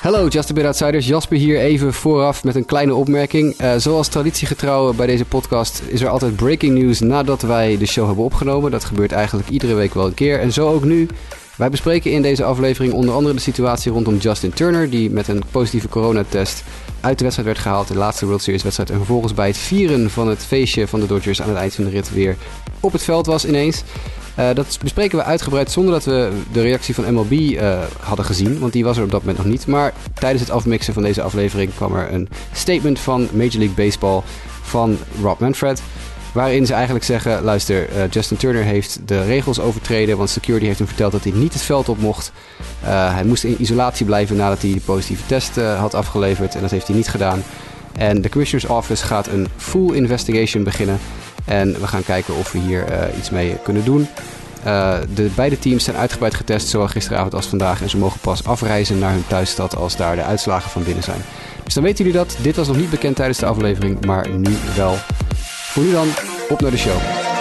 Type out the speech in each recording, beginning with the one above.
Hallo Just a Bit Outsiders, Jasper hier even vooraf met een kleine opmerking. Zoals traditiegetrouw bij deze podcast is er altijd breaking news nadat wij de show hebben opgenomen. Dat gebeurt eigenlijk iedere week wel een keer en zo ook nu. Wij bespreken in deze aflevering onder andere de situatie rondom Justin Turner, die met een positieve coronatest uit de wedstrijd werd gehaald, de laatste World Series wedstrijd, en vervolgens bij het vieren van het feestje van de Dodgers aan het eind van de rit weer op het veld was ineens. Dat bespreken we uitgebreid zonder dat we de reactie van MLB hadden gezien, want die was er op dat moment nog niet. Maar tijdens het afmixen van deze aflevering kwam er een statement van Major League Baseball van Rob Manfred, waarin ze eigenlijk zeggen, luister, Justin Turner heeft de regels overtreden, want security heeft hem verteld dat hij niet het veld op mocht. Hij moest in isolatie blijven nadat hij de positieve test had afgeleverd en dat heeft hij niet gedaan. En de Commissioner's Office gaat een full investigation beginnen en we gaan kijken of we hier iets mee kunnen doen. De beide teams zijn uitgebreid getest, zowel gisteravond als vandaag, en ze mogen pas afreizen naar hun thuisstad als daar de uitslagen van binnen zijn. Dus dan weten jullie dat. Dit was nog niet bekend tijdens de aflevering, maar nu wel. Voor nu dan, op naar de show.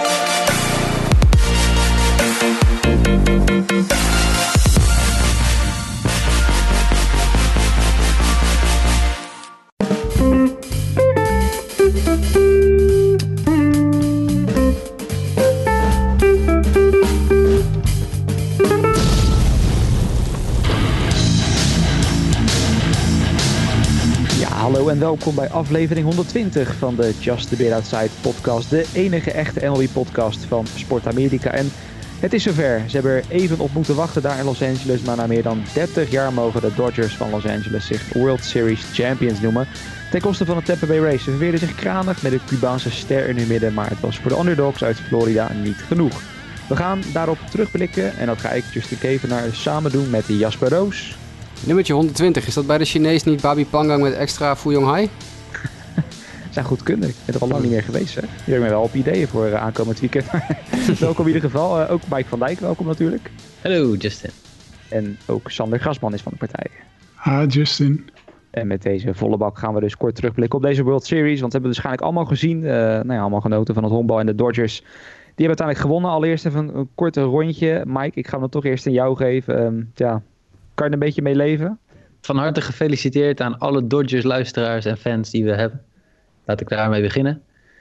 Hallo en welkom bij aflevering 120 van de Just a Bit Outside podcast. De enige echte MLB-podcast van Sport Amerika. En het is zover. Ze hebben er even op moeten wachten daar in Los Angeles. Maar na meer dan 30 jaar mogen de Dodgers van Los Angeles zich World Series Champions noemen. Ten koste van de Tampa Bay Rays. Ze verweerden zich kranig met een Cubaanse ster in hun midden. Maar het was voor de underdogs uit Florida niet genoeg. We gaan daarop terugblikken. En dat ga ik, Justin Kevenaar, samen doen met Jasper Roos. Nummertje 120, is dat bij de Chinees niet Babi Pangang met extra Fuyong Hai? Zijn goed kundig. Ik ben er al lang niet meer geweest. Hè? Hier ben ik wel op ideeën voor aankomend weekend. Welkom in ieder geval. Ook Mike van Dijk, welkom natuurlijk. Hallo Justin. En ook Sander Grasman is van de partij. Ah, Justin. En met deze volle bak gaan we dus kort terugblikken op deze World Series. Want we hebben waarschijnlijk allemaal gezien. Allemaal genoten van het honkbal en de Dodgers. Die hebben uiteindelijk gewonnen. Allereerst even een korte rondje. Mike, ik ga hem toch eerst aan jou geven. Kan je er een beetje mee leven? Van harte gefeliciteerd aan alle Dodgers luisteraars en fans die we hebben. Laat ik daarmee beginnen.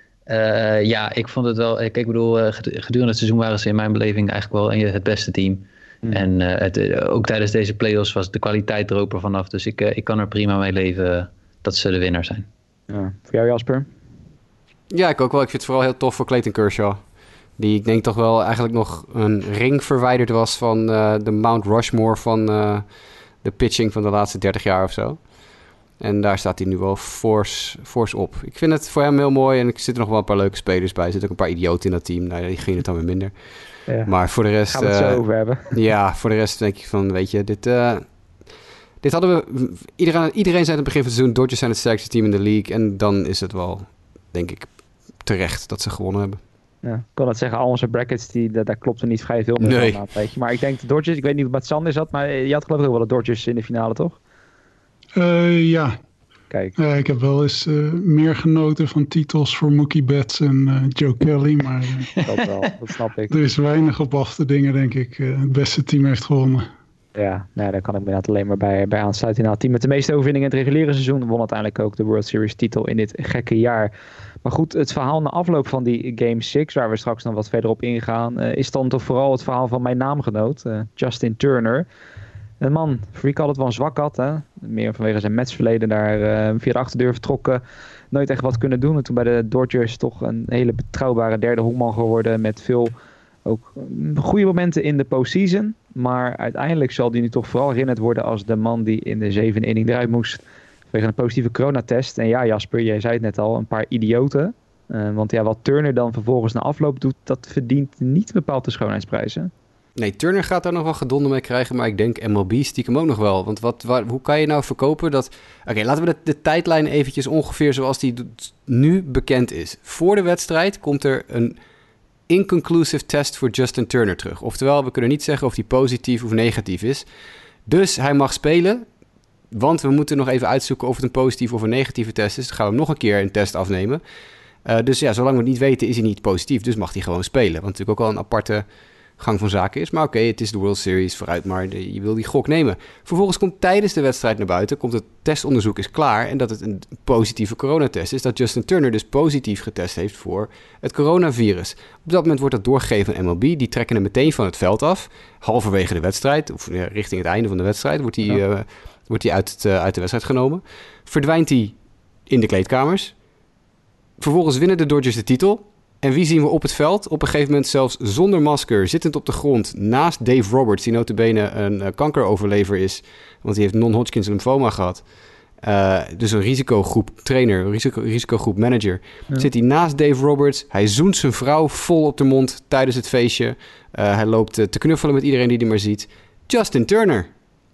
Ik vond het wel... Ik bedoel, gedurende het seizoen waren ze in mijn beleving eigenlijk wel het beste team. En ook tijdens deze playoffs was de kwaliteit er ook vanaf. Dus ik kan er prima mee leven dat ze de winnaar zijn. Ja. Voor jou, Jasper? Ja, ik ook wel. Ik vind het vooral heel tof voor Clayton Kershaw. Die ik denk toch wel eigenlijk nog een ring verwijderd was van de Mount Rushmore van de pitching van de laatste 30 jaar of zo. En daar staat hij nu wel fors op. Ik vind het voor hem heel mooi en er zitten nog wel een paar leuke spelers bij. Er zitten ook een paar idioten in dat team. Nou, die gingen het dan weer minder. Ja. Maar voor de rest... Gaan we het zo over hebben. Ja, voor de rest denk ik van, weet je, dit hadden we... Iedereen zei aan het begin van het seizoen, Dodgers zijn het sterkste team in de league. En dan is het wel, denk ik, terecht dat ze gewonnen hebben. Ja, ik kan het zeggen, al onze brackets, daar klopt er niet vrij veel meer van. Weet je. Maar ik denk de Dodgers, ik weet niet wat Sander zat, maar je had geloof ik ook wel de Dodgers in de finale, toch? Ja. Kijk. Ik heb wel eens meer genoten van titels voor Mookie Betts en Joe Kelly, maar dat wel, dat snap ik. Er is weinig op af te dingen, denk ik. Het beste team heeft gewonnen. Ja, daar kan ik me inderdaad alleen maar bij aansluiten. Het team met de meeste overwinningen in het reguliere seizoen won uiteindelijk ook de World Series titel in dit gekke jaar. Maar goed, het verhaal na afloop van die Game 6, waar we straks nog wat verder op ingaan, is dan toch vooral het verhaal van mijn naamgenoot, Justin Turner. Een man voor wie ik altijd wel een zwak had. Hè? Meer vanwege zijn matchverleden daar via de achterdeur vertrokken. Nooit echt wat kunnen doen. En toen bij de Dodgers toch een hele betrouwbare derde honkman geworden. Met veel ook goede momenten in de postseason. Maar uiteindelijk zal hij nu toch vooral herinnerd worden als de man die in de 7e inning eruit moest. Vanwege een positieve coronatest. En ja, Jasper, jij zei het net al, een paar idioten. Want ja, wat Turner dan vervolgens na afloop doet, dat verdient niet bepaald de schoonheidsprijzen. Nee, Turner gaat daar nog wel gedonder mee krijgen, maar ik denk MLB stiekem ook nog wel. Want hoe kan je nou verkopen dat... Oké, laten we de tijdlijn eventjes ongeveer zoals die nu bekend is. Voor de wedstrijd komt er een inconclusive test voor Justin Turner terug. Oftewel, we kunnen niet zeggen of die positief of negatief is. Dus hij mag spelen, want we moeten nog even uitzoeken of het een positieve of een negatieve test is. Dan gaan we hem nog een keer een test afnemen. Dus ja, zolang we het niet weten is hij niet positief, dus mag hij gewoon spelen. Want natuurlijk ook al een aparte gang van zaken is. Maar oké, het is de World Series, vooruit maar, je wil die gok nemen. Vervolgens komt tijdens de wedstrijd naar buiten, komt het testonderzoek is klaar en dat het een positieve coronatest is. Dat Justin Turner dus positief getest heeft voor het coronavirus. Op dat moment wordt dat doorgegeven aan MLB. Die trekken hem meteen van het veld af. Halverwege de wedstrijd, of richting het einde van de wedstrijd, wordt hij uit de wedstrijd genomen. Verdwijnt hij in de kleedkamers. Vervolgens winnen de Dodgers de titel. En wie zien we op het veld? Op een gegeven moment zelfs zonder masker, zittend op de grond, naast Dave Roberts, die nota bene een kankeroverlever is, want die heeft non-Hodgkin's lymphoma gehad. Dus een risicogroep trainer, risicogroep manager. Ja. Zit hij naast Dave Roberts. Hij zoent zijn vrouw vol op de mond tijdens het feestje. Hij loopt te knuffelen met iedereen die hij maar ziet. Justin Turner.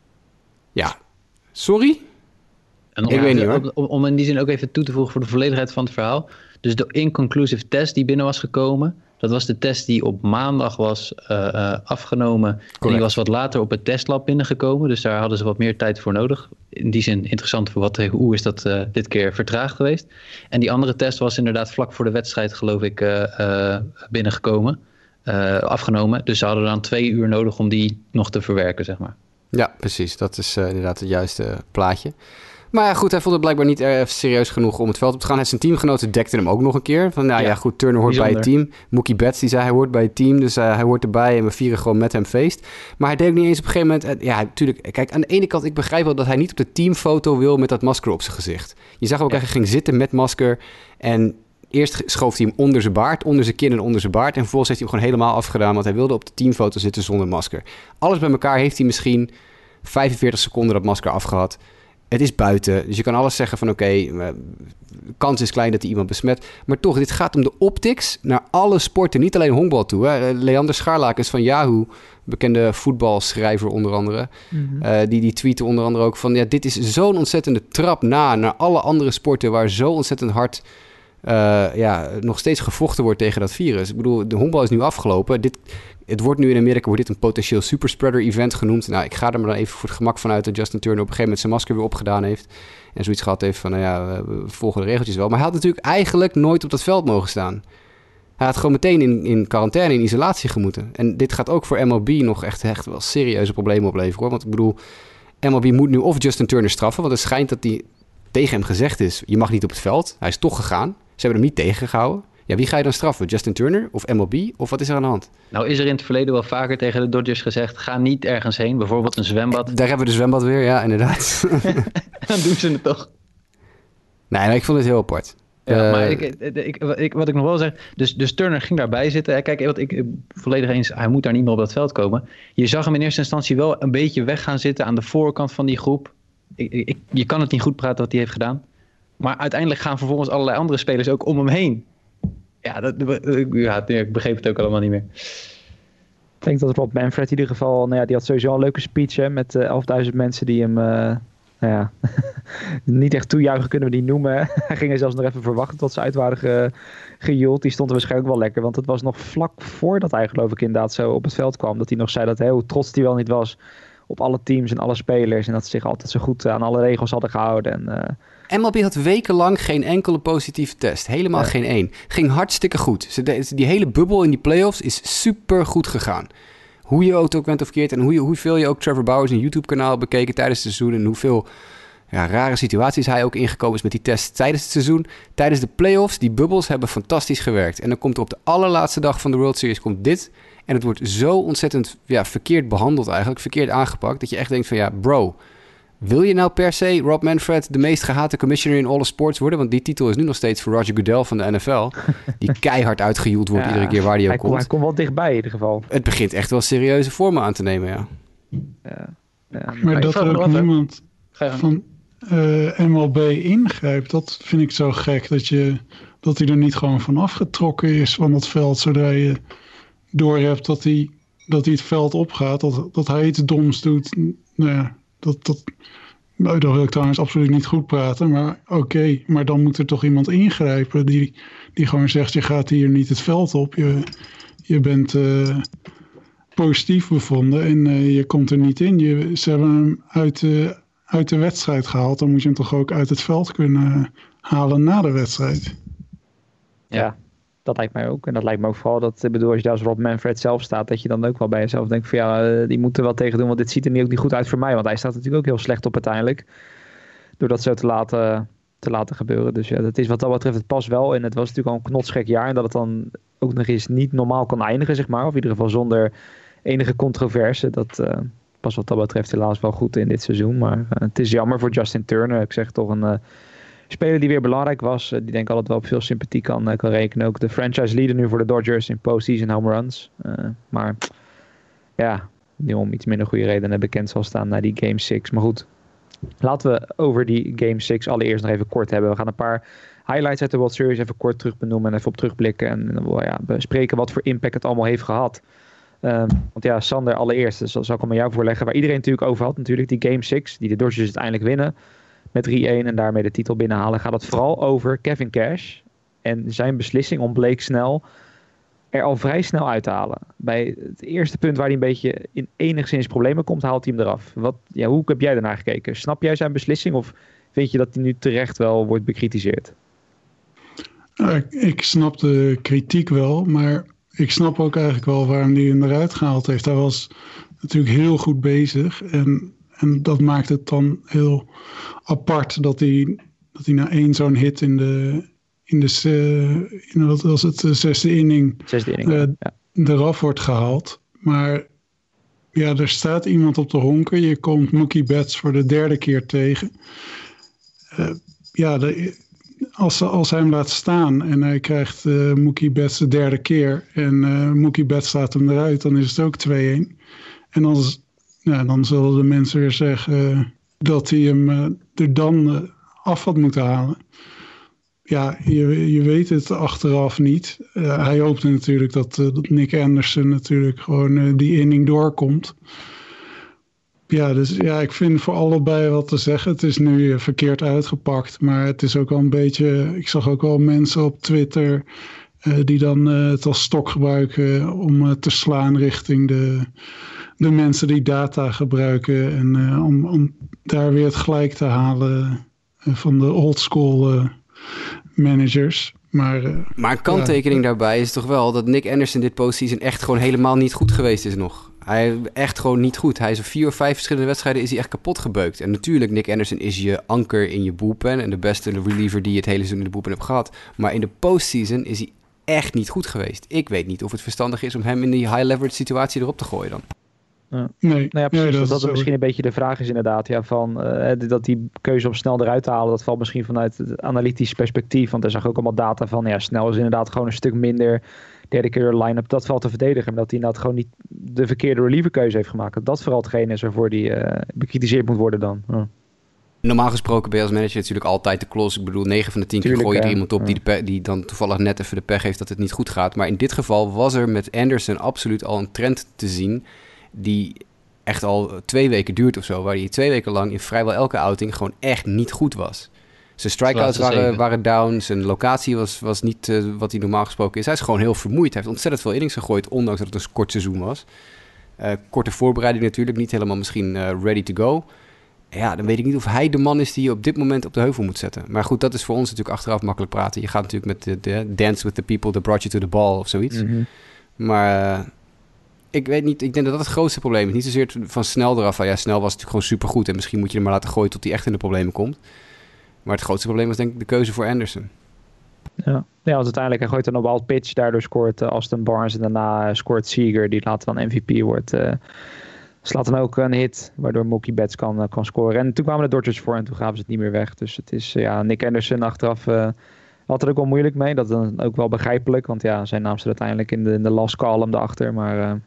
Ja, sorry? En ik weet niet hoor. Om in die zin ook even toe te voegen voor de volledigheid van het verhaal. Dus de inconclusive test die binnen was gekomen, dat was de test die op maandag was afgenomen. Correct. En die was wat later op het testlab binnengekomen. Dus daar hadden ze wat meer tijd voor nodig. In die zin interessant voor hoe is dat dit keer vertraagd geweest. En die andere test was inderdaad vlak voor de wedstrijd, geloof ik, binnengekomen. Afgenomen. Dus ze hadden dan 2 uur nodig om die nog te verwerken, zeg maar. Ja, precies. Dat is inderdaad het juiste plaatje. Maar ja, goed, hij vond het blijkbaar niet serieus genoeg om het veld op te gaan. Zijn teamgenoten dekten hem ook nog een keer. Van, ja, goed, Turner hoort bij het team. Mookie Betts, die zei hij hoort bij het team. Dus hij hoort erbij en we vieren gewoon met hem feest. Maar hij deed ook niet eens op een gegeven moment... ja, natuurlijk, kijk, aan de ene kant, ik begrijp wel dat hij niet op de teamfoto wil met dat masker op zijn gezicht. Je zag ook, hij ging zitten met masker en... Eerst schoof hij hem onder zijn baard, onder zijn kin en onder zijn baard. En vervolgens heeft hij hem gewoon helemaal afgedaan, want hij wilde op de teamfoto zitten zonder masker. Alles bij elkaar heeft hij misschien 45 seconden dat masker afgehad. Het is buiten, dus je kan alles zeggen van oké, kans is klein dat hij iemand besmet. Maar toch, dit gaat om de optics naar alle sporten, niet alleen honkbal toe. Hè. Leander Scharlakens van Yahoo, bekende voetbalschrijver onder andere, die tweette onder andere ook van... ja, dit is zo'n ontzettende trap naar alle andere sporten waar zo ontzettend hard... nog steeds gevochten wordt tegen dat virus. Ik bedoel, de honkbal is nu afgelopen. Het wordt nu in Amerika een potentieel superspreader event genoemd. Nou, ik ga er maar dan even voor het gemak vanuit dat Justin Turner op een gegeven moment zijn masker weer opgedaan heeft. En zoiets gehad heeft van, we volgen de regeltjes wel. Maar hij had natuurlijk eigenlijk nooit op dat veld mogen staan. Hij had gewoon meteen in quarantaine, in isolatie gemoeten. En dit gaat ook voor MLB nog echt wel serieuze problemen opleveren, hoor. Want ik bedoel, MLB moet nu of Justin Turner straffen, want het schijnt dat die tegen hem gezegd is, je mag niet op het veld. Hij is toch gegaan. Ze hebben hem niet tegengehouden. Ja, wie ga je dan straffen? Justin Turner of MLB? Of wat is er aan de hand? Nou is er in het verleden wel vaker tegen de Dodgers gezegd, ga niet ergens heen. Bijvoorbeeld een zwembad. Daar hebben we de zwembad weer, ja, inderdaad. Dan doen ze het toch. Nee, ik vond het heel apart. Ja, maar wat ik nog wel zeg, dus Turner ging daarbij zitten. Kijk, wat ik volledig eens, hij moet daar niet meer op dat veld komen. Je zag hem in eerste instantie wel een beetje weg gaan zitten aan de voorkant van die groep. Je kan het niet goed praten wat hij heeft gedaan. Maar uiteindelijk gaan vervolgens allerlei andere spelers ook om hem heen. Ja, ik begreep het ook allemaal niet meer. Ik denk dat Rob Manfred in ieder geval... die had sowieso een leuke speech hè, met 11.000 mensen die hem... niet echt toejuichen kunnen we die noemen. Hij ging er zelfs nog even verwachten tot ze uit waren gejoeld. Die stond er waarschijnlijk wel lekker. Want het was nog vlak voordat hij geloof ik inderdaad zo op het veld kwam. Dat hij nog zei dat hoe trots hij wel niet was op alle teams en alle spelers. En dat ze zich altijd zo goed aan alle regels hadden gehouden. MLB had wekenlang geen enkele positieve test. Helemaal geen één. Ging hartstikke goed. Die hele bubbel in die playoffs is super goed gegaan. Hoe je ook bent of verkeerd en hoeveel je ook Trevor Bauer zijn YouTube-kanaal bekeken tijdens het seizoen en hoeveel rare situaties hij ook ingekomen is met die test tijdens het seizoen. Tijdens de playoffs, die bubbels hebben fantastisch gewerkt. En dan komt er op de allerlaatste dag van de World Series komt dit. En het wordt zo ontzettend verkeerd behandeld eigenlijk, verkeerd aangepakt, dat je echt denkt van bro, wil je nou per se Rob Manfred de meest gehate commissioner in alle sports worden? Want die titel is nu nog steeds voor Roger Goodell van de NFL. Die keihard uitgejoeld wordt iedere keer waar hij ook komt. Hij komt wel dichtbij in ieder geval. Het begint echt wel serieuze vormen aan te nemen, ja. Maar dat er ook niemand van MLB ingrijpt, dat vind ik zo gek. Dat hij er niet gewoon van afgetrokken is van het veld, zodra je doorhebt dat hij het veld opgaat. Dat hij iets doms doet. Nou ja, dat wil ik trouwens absoluut niet goed praten. Maar oké, maar dan moet er toch iemand ingrijpen die gewoon zegt, je gaat hier niet het veld op. Je bent positief bevonden en je komt er niet in. Ze hebben hem uit de wedstrijd gehaald. Dan moet je hem toch ook uit het veld kunnen halen na de wedstrijd. Ja, Dat lijkt mij ook. En dat lijkt me ook vooral dat, ik bedoel, als je daar als Rob Manfred zelf staat, dat je dan ook wel bij jezelf denkt van ja, die moeten wel tegen doen, want dit ziet er ook niet goed uit voor mij. Want hij staat natuurlijk ook heel slecht op uiteindelijk. Door dat zo te laten gebeuren. Dus ja, dat is wat dat betreft het pas wel. En het was natuurlijk al een knotsgek jaar. En dat het dan ook nog eens niet normaal kan eindigen, zeg maar. Of in ieder geval zonder enige controverse. Dat pas wat dat betreft helaas wel goed in dit seizoen. Maar het is jammer voor Justin Turner. Ik zeg toch een speler die weer belangrijk was. Die denk ik altijd wel op veel sympathie kan rekenen. Ook de franchise leader nu voor de Dodgers in postseason home runs. Maar ja, nu om iets minder goede redenen bekend zal staan na die Game 6. Maar goed, laten we over die Game 6 allereerst nog even kort hebben. We gaan een paar highlights uit de World Series even kort terug benoemen en even op terugblikken. En bespreken wat voor impact het allemaal heeft gehad. Want ja, Sander, allereerst, dus dat zal ik hem aan jou voorleggen. Waar iedereen natuurlijk over had, natuurlijk die Game 6, die de Dodgers uiteindelijk winnen met 3-1 en daarmee de titel binnenhalen. Gaat het vooral over Kevin Cash en zijn beslissing om Blake Snell er al vrij snel uit te halen. Bij het eerste punt waar hij een beetje in enigszins problemen komt, haalt hij hem eraf. Hoe heb jij daarnaar gekeken? Snap jij zijn beslissing of vind je dat hij nu terecht wel wordt bekritiseerd? Ik snap de kritiek wel, maar ik snap ook eigenlijk wel waarom hij hem eruit gehaald heeft. Hij was natuurlijk heel goed bezig en dat maakt het dan heel apart dat hij na één zo'n hit in wat was het, de zesde inning, eraf wordt gehaald. Maar ja, er staat iemand op de honker. Je komt Mookie Betts voor de derde keer tegen. Als hij hem laat staan en hij krijgt Mookie Betts de derde keer en Mookie Betts slaat hem eruit, dan is het ook 2-1. En dan zullen de mensen weer zeggen dat hij hem er dan af had moeten halen. Ja, je weet het achteraf niet. Hij hoopte natuurlijk dat Nick Anderson natuurlijk gewoon die inning doorkomt. Ja, dus ja, ik vind voor allebei wat te zeggen. Het is nu verkeerd uitgepakt, maar het is ook wel een beetje. Ik zag ook wel mensen op Twitter die dan het als stok gebruiken om te slaan richting de mensen die data gebruiken en om daar weer het gelijk te halen van de old school managers. Maar een kanttekening daarbij is toch wel dat Nick Anderson dit postseason echt gewoon helemaal niet goed geweest is nog. Hij is echt gewoon niet goed. Hij is op 4 of 5 verschillende wedstrijden is hij echt kapot gebeukt. En natuurlijk, Nick Anderson is je anker in je bullpen en de beste reliever die je het hele seizoen in de bullpen hebt gehad. Maar in de postseason is hij echt niet goed geweest. Ik weet niet of het verstandig is om hem in die high leverage situatie erop te gooien dan. Ja. Nee, precies. Dat misschien een beetje de vraag is inderdaad. Ja, dat die keuze om snel eruit te halen, dat valt misschien vanuit het analytisch perspectief. Want er zag ook allemaal data van, ja, snel is inderdaad gewoon een stuk minder. Derde keer de line-up, dat valt te verdedigen. Maar dat hij inderdaad gewoon niet de verkeerde relieverkeuze heeft gemaakt. Dat vooral hetgeen is waarvoor die bekritiseerd moet worden dan. Ja. Normaal gesproken ben je als manager natuurlijk altijd de klos. Ik bedoel, 9 van de 10 keer gooi je er iemand op die dan toevallig net even de pech heeft dat het niet goed gaat. Maar in dit geval was er met Anderson absoluut al een trend te zien die echt al 2 weken duurt of zo. Waar hij 2 weken lang in vrijwel elke outing gewoon echt niet goed was. Zijn strikeouts waren down. Zijn locatie was niet wat hij normaal gesproken is. Hij is gewoon heel vermoeid. Hij heeft ontzettend veel innings gegooid, ondanks dat het een kort seizoen was. Korte voorbereiding natuurlijk, niet helemaal misschien ready to go. Ja, dan weet ik niet of hij de man is die je op dit moment op de heuvel moet zetten. Maar goed, dat is voor ons natuurlijk achteraf makkelijk praten. Je gaat natuurlijk met de dance with the people that brought you to the ball of zoiets. Mm-hmm. Maar ik weet niet, ik denk dat dat het grootste probleem is. Niet zozeer van Snell eraf. Van, ja, Snell was natuurlijk gewoon supergoed en misschien moet je hem maar laten gooien tot hij echt in de problemen komt. Maar het grootste probleem was denk ik de keuze voor Anderson. Ja, want uiteindelijk hij gooit dan op wild pitch. Daardoor scoort Austin Barnes en daarna scoort Seager, die later dan MVP wordt. Slaat dan ook een hit, waardoor Mookie Betts kan scoren. En toen kwamen de Dodgers voor en toen gaven ze het niet meer weg. Dus het is, Nick Anderson achteraf had er ook wel moeilijk mee. Dat is dan ook wel begrijpelijk, want ja, zijn naam staat uiteindelijk in de last column daarachter. Maar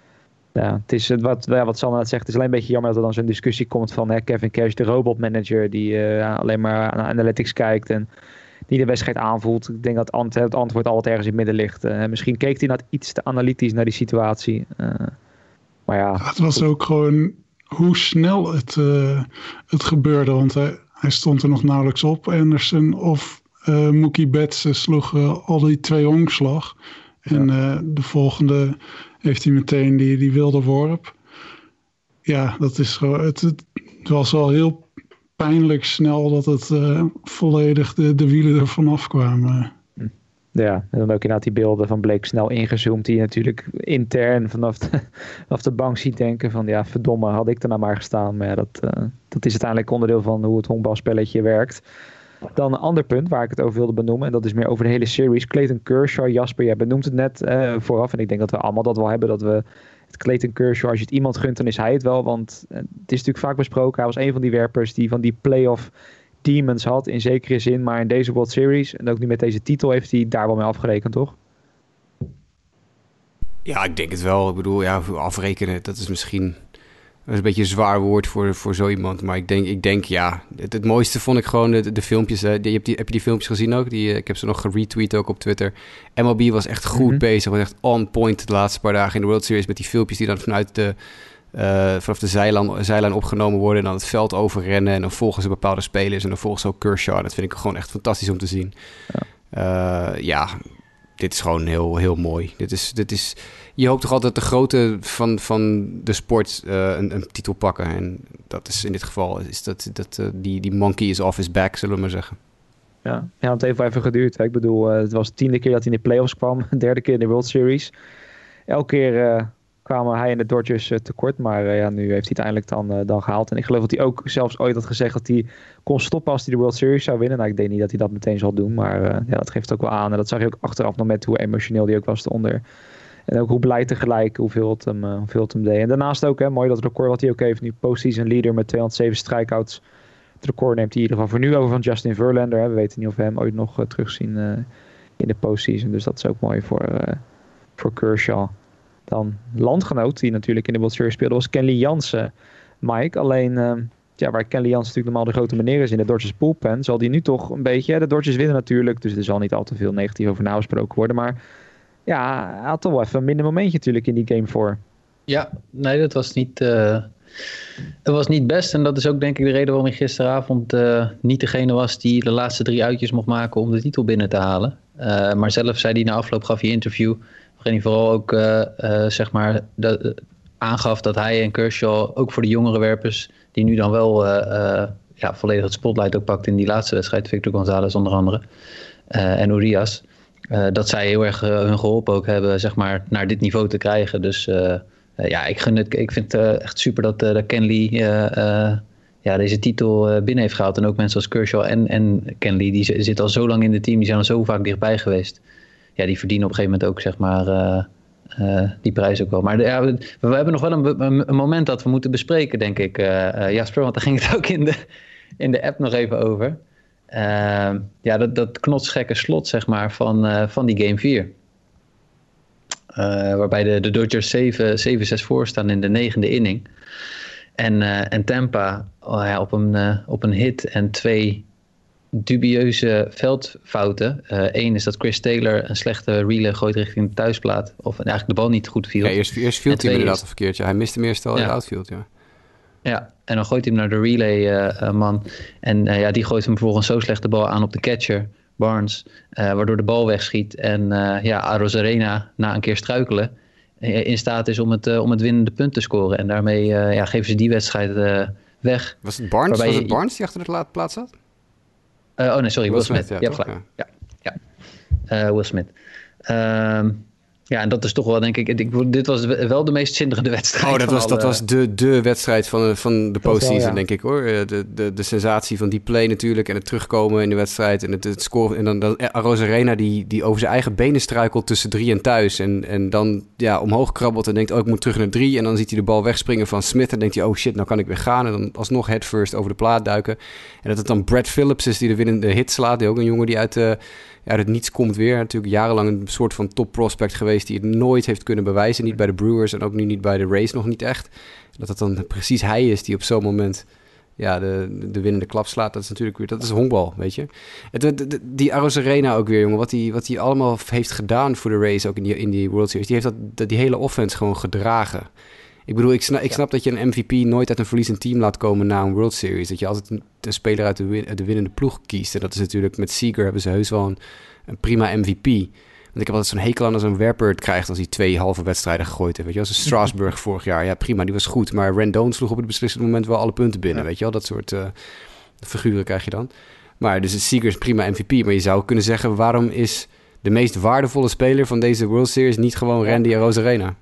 het is wat Sander net zegt, het is alleen een beetje jammer dat er dan zo'n discussie komt van Kevin Cash, de robotmanager, die alleen maar naar analytics kijkt en die de wedstrijd aanvoelt. Ik denk dat het antwoord altijd ergens in het midden ligt. Misschien keek hij iets te analytisch naar die situatie. Maar ja, het was ook gewoon hoe snel het gebeurde, want hij stond er nog nauwelijks op. Anderson of Mookie Betts sloeg al die 2 omslag. En de volgende heeft hij meteen die wilde worp. Ja, dat is gewoon. Het was wel heel pijnlijk snel dat het volledig de wielen ervan afkwamen. Ja, en dan ook inderdaad die beelden van Blake snel ingezoomd, die je natuurlijk intern vanaf de bank ziet denken van ja, verdomme, had ik er nou maar gestaan. Maar ja, dat is uiteindelijk onderdeel van hoe het honkbalspelletje werkt. Dan een ander punt waar ik het over wilde benoemen, en dat is meer over de hele series. Clayton Kershaw, Jasper, jij benoemt het net vooraf, en ik denk dat we allemaal dat wel hebben, dat we het Clayton Kershaw, als je het iemand gunt, dan is hij het wel, want het is natuurlijk vaak besproken, hij was een van die werpers die van die playoff demons had, in zekere zin, maar in deze World Series en ook nu met deze titel heeft hij daar wel mee afgerekend, toch? Ja, ik denk het wel. Ik bedoel, ja, afrekenen, dat is misschien een beetje een zwaar woord voor zo iemand. Maar ik denk ja, het mooiste vond ik gewoon de filmpjes. Hè. Heb je die filmpjes gezien ook? Ik heb ze nog geretweet ook op Twitter. MLB was echt goed bezig, was echt on point de laatste paar dagen in de World Series met die filmpjes die dan vanaf de zijlijn opgenomen worden en dan het veld overrennen en dan volgen ze bepaalde spelers en dan volgen ze ook Kershaw. Dat vind ik gewoon echt fantastisch om te zien. Ja, dit is gewoon heel, heel mooi. Dit is, je hoopt toch altijd de grote van de sport een titel pakken. En dat is in dit geval, die monkey is off his back, zullen we maar zeggen. Ja, het heeft wel even geduurd. Hè. Ik bedoel, het was de 10e keer dat hij in de playoffs kwam. De 3e keer in de World Series. Elke keer kwamen hij en de Dodgers tekort. Maar nu heeft hij het eindelijk dan gehaald. En ik geloof dat hij ook zelfs ooit had gezegd dat hij kon stoppen als hij de World Series zou winnen. Nou, ik denk niet dat hij dat meteen zal doen. Maar dat geeft ook wel aan. En dat zag je ook achteraf nog met hoe emotioneel hij ook was eronder. En ook hoe blij tegelijk, hoeveel het hem deed. En daarnaast ook, mooi dat record wat hij ook heeft. Nu postseason leader met 207 strikeouts. Het record neemt hij in ieder geval voor nu over van Justin Verlander. Hè. We weten niet of we hem ooit nog terugzien in de postseason. Dus dat is ook mooi voor Kershaw. Dan landgenoot die natuurlijk in de World Series speelde was Kenley Jansen. Mike, alleen waar Kenley Jansen natuurlijk normaal de grote meneer is in de Dodgers bullpen, zal die nu toch een beetje, de Dodgers winnen natuurlijk, dus er zal niet al te veel negatief over nagesproken worden, maar ja, hij had toch wel even een minder momentje natuurlijk in die Game 4. Ja, nee, dat was niet het was niet best en dat is ook denk ik de reden waarom hij gisteravond niet degene was die de laatste 3 uitjes mocht maken om de titel binnen te halen. Maar zelf zei hij na afloop, gaf hij interview, waarin hij vooral ook aangaf dat hij en Kershaw ook voor de jongere werpers, die nu dan wel volledig het spotlight ook pakt in die laatste wedstrijd, Victor Gonzalez onder andere, en Urias, dat zij heel erg hun geholpen ook hebben, zeg maar, naar dit niveau te krijgen. Dus ik gun het. Ik vind het echt super dat Kenley deze titel binnen heeft gehaald. En ook mensen als Kershaw en Kenley, die zitten al zo lang in het team, die zijn al zo vaak dichtbij geweest. Ja, die verdienen op een gegeven moment ook, zeg maar, die prijs ook wel. Maar we hebben nog wel een moment dat we moeten bespreken, denk ik, Jasper. Want daar ging het ook in de app nog even over. Dat knotsgekke slot, zeg maar, van die Game 4. Waarbij de Dodgers 7-6 voor staan in de 9e inning. En Tampa op een hit en 2 dubieuze veldfouten. 1 is dat Chris Taylor een slechte relay gooit richting de thuisplaat. Of eigenlijk de bal niet goed viel. Ja, eerst viel hij inderdaad al verkeerd. Ja. Hij miste hem eerst al in het outfield. Ja. Ja, en dan gooit hij hem naar de relay man. En die gooit hem vervolgens zo slecht de bal aan op de catcher, Barnes. Waardoor de bal wegschiet. En Arozarena na een keer struikelen in staat is om het winnende punt te scoren. En daarmee geven ze die wedstrijd weg. Was het Barnes? Barnes die achter de plaats zat? Nee, sorry, Will Smith. Will Smith. En dat is toch wel, denk ik, dit was wel de meest zinderende wedstrijd. Dat was de wedstrijd van de postseason, denk ik, hoor. De sensatie van die play natuurlijk en het terugkomen in de wedstrijd en het scoren. En dan Arozarena die over zijn eigen benen struikelt tussen 3 en thuis. En dan omhoog krabbelt en denkt, ik moet terug naar 3. En dan ziet hij de bal wegspringen van Smith en denkt hij, oh shit, nou kan ik weer gaan. En dan alsnog headfirst over de plaat duiken. En dat het dan Brad Phillips is die de winnende hit slaat. Die ook een jongen die uit het niets komt weer. Natuurlijk jarenlang een soort van top prospect geweest die het nooit heeft kunnen bewijzen. Niet bij de Brewers en ook nu niet bij de Rays nog niet echt. Dat het dan precies hij is die op zo'n moment de winnende klap slaat. Dat is natuurlijk weer, dat is honkbal, weet je. Die Arozarena ook weer, jongen. Wat hij allemaal heeft gedaan voor de Rays ook in die World Series. Die heeft die hele offense gewoon gedragen. Ik bedoel, ik snap dat je een MVP nooit uit een verliezend team laat komen na een World Series. Dat je altijd een speler uit de winnende ploeg kiest. En dat is natuurlijk, met Seager hebben ze heus wel een prima MVP. Want ik heb altijd zo'n hekel aan als een werper het krijgt als hij 2 halve wedstrijden gegooid heeft. Weet je, als een Strasburg vorig jaar. Ja, prima, die was goed. Maar Rendon sloeg op het beslissende moment wel alle punten binnen. Ja. Weet je wel, dat soort figuren krijg je dan. Maar dus Seager is prima MVP. Maar je zou kunnen zeggen, waarom is de meest waardevolle speler van deze World Series niet gewoon Randy Arozarena?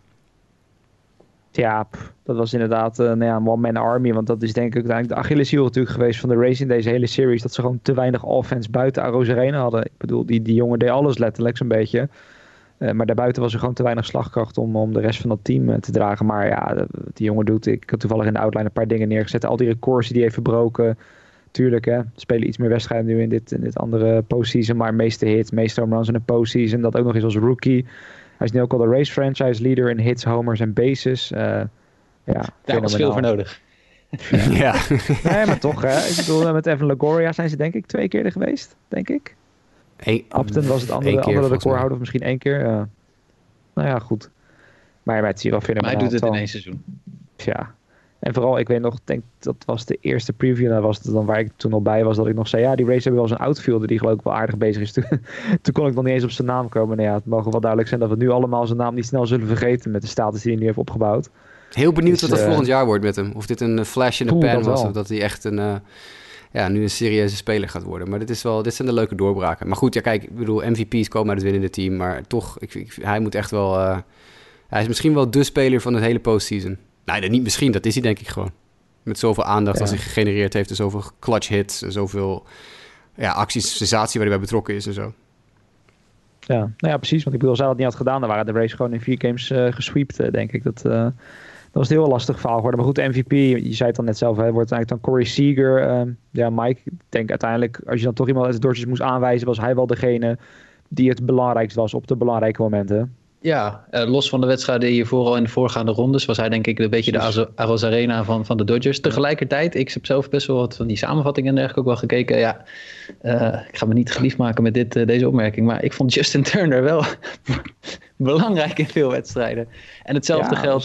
Ja, dat was inderdaad een one-man army. Want dat is denk ik uiteindelijk de Achilleshiel natuurlijk geweest van de race in deze hele series. Dat ze gewoon te weinig offense buiten Arozarena hadden. Ik bedoel, die jongen deed alles letterlijk zo'n beetje. Maar daarbuiten was er gewoon te weinig slagkracht om de rest van dat team te dragen. Maar ja, wat die jongen doet. Ik had toevallig in de outline een paar dingen neergezet. Al die records die hij heeft verbroken. Tuurlijk, hè. Spelen iets meer wedstrijden nu in dit andere postseason. Maar meeste hits, meeste home runs in de postseason. Dat ook nog eens als rookie. Hij is nu ook al de race franchise leader in hits, homers en bases. Daar was veel voor nodig. Ja. Nee, maar toch, hè. Ik bedoel, met Evan Longoria zijn ze denk ik 2 keer er geweest, denk ik. Upton was het andere recordhouder, of misschien 1 keer. Nou ja, goed. Maar het is hier wel fenomenaal. Maar hij doet het in 1 seizoen. Ja. En vooral, ik weet nog, denk dat was de eerste preview. Dat was het dan waar ik toen al bij was. Dat ik nog zei, ja, die race hebben wel eens een outfielder die geloof ik wel aardig bezig is. Toen kon ik nog niet eens op zijn naam komen. Nou ja, het mogen wel duidelijk zijn dat we nu allemaal zijn naam niet snel zullen vergeten. Met de status die hij nu heeft opgebouwd. Heel benieuwd wat dat volgend jaar wordt met hem. Of dit een flash in de pan was. Of dat hij echt nu een serieuze speler gaat worden. Maar dit zijn de leuke doorbraken. Maar goed, ja kijk, ik bedoel, MVP's komen uit het winnende team. Maar toch, hij moet echt wel... hij is misschien wel de speler van het hele postseason. Nee, niet misschien, dat is hij denk ik gewoon. Met zoveel aandacht als hij gegenereerd heeft. En zoveel clutch hits. En zoveel acties, sensatie waar hij bij betrokken is en zo. Ja, nou ja, precies. Want ik bedoel, als hij dat niet had gedaan, dan waren de race gewoon in 4 games gesweept, denk ik. Dat was een heel lastig verhaal geworden. Maar goed, de MVP, je zei het dan net zelf, wordt eigenlijk dan Corey Seager. Mike, ik denk uiteindelijk, als je dan toch iemand uit de Dodgers moest aanwijzen, was hij wel degene die het belangrijkst was op de belangrijke momenten. Ja, los van de wedstrijden hiervoor al in de voorgaande rondes was hij denk ik een beetje de Arozarena van de Dodgers. Tegelijkertijd, ik heb zelf best wel wat van die samenvattingen en dergelijke ook wel gekeken. Ja, ik ga me niet geliefd maken met deze opmerking, maar ik vond Justin Turner wel belangrijk in veel wedstrijden. En hetzelfde geldt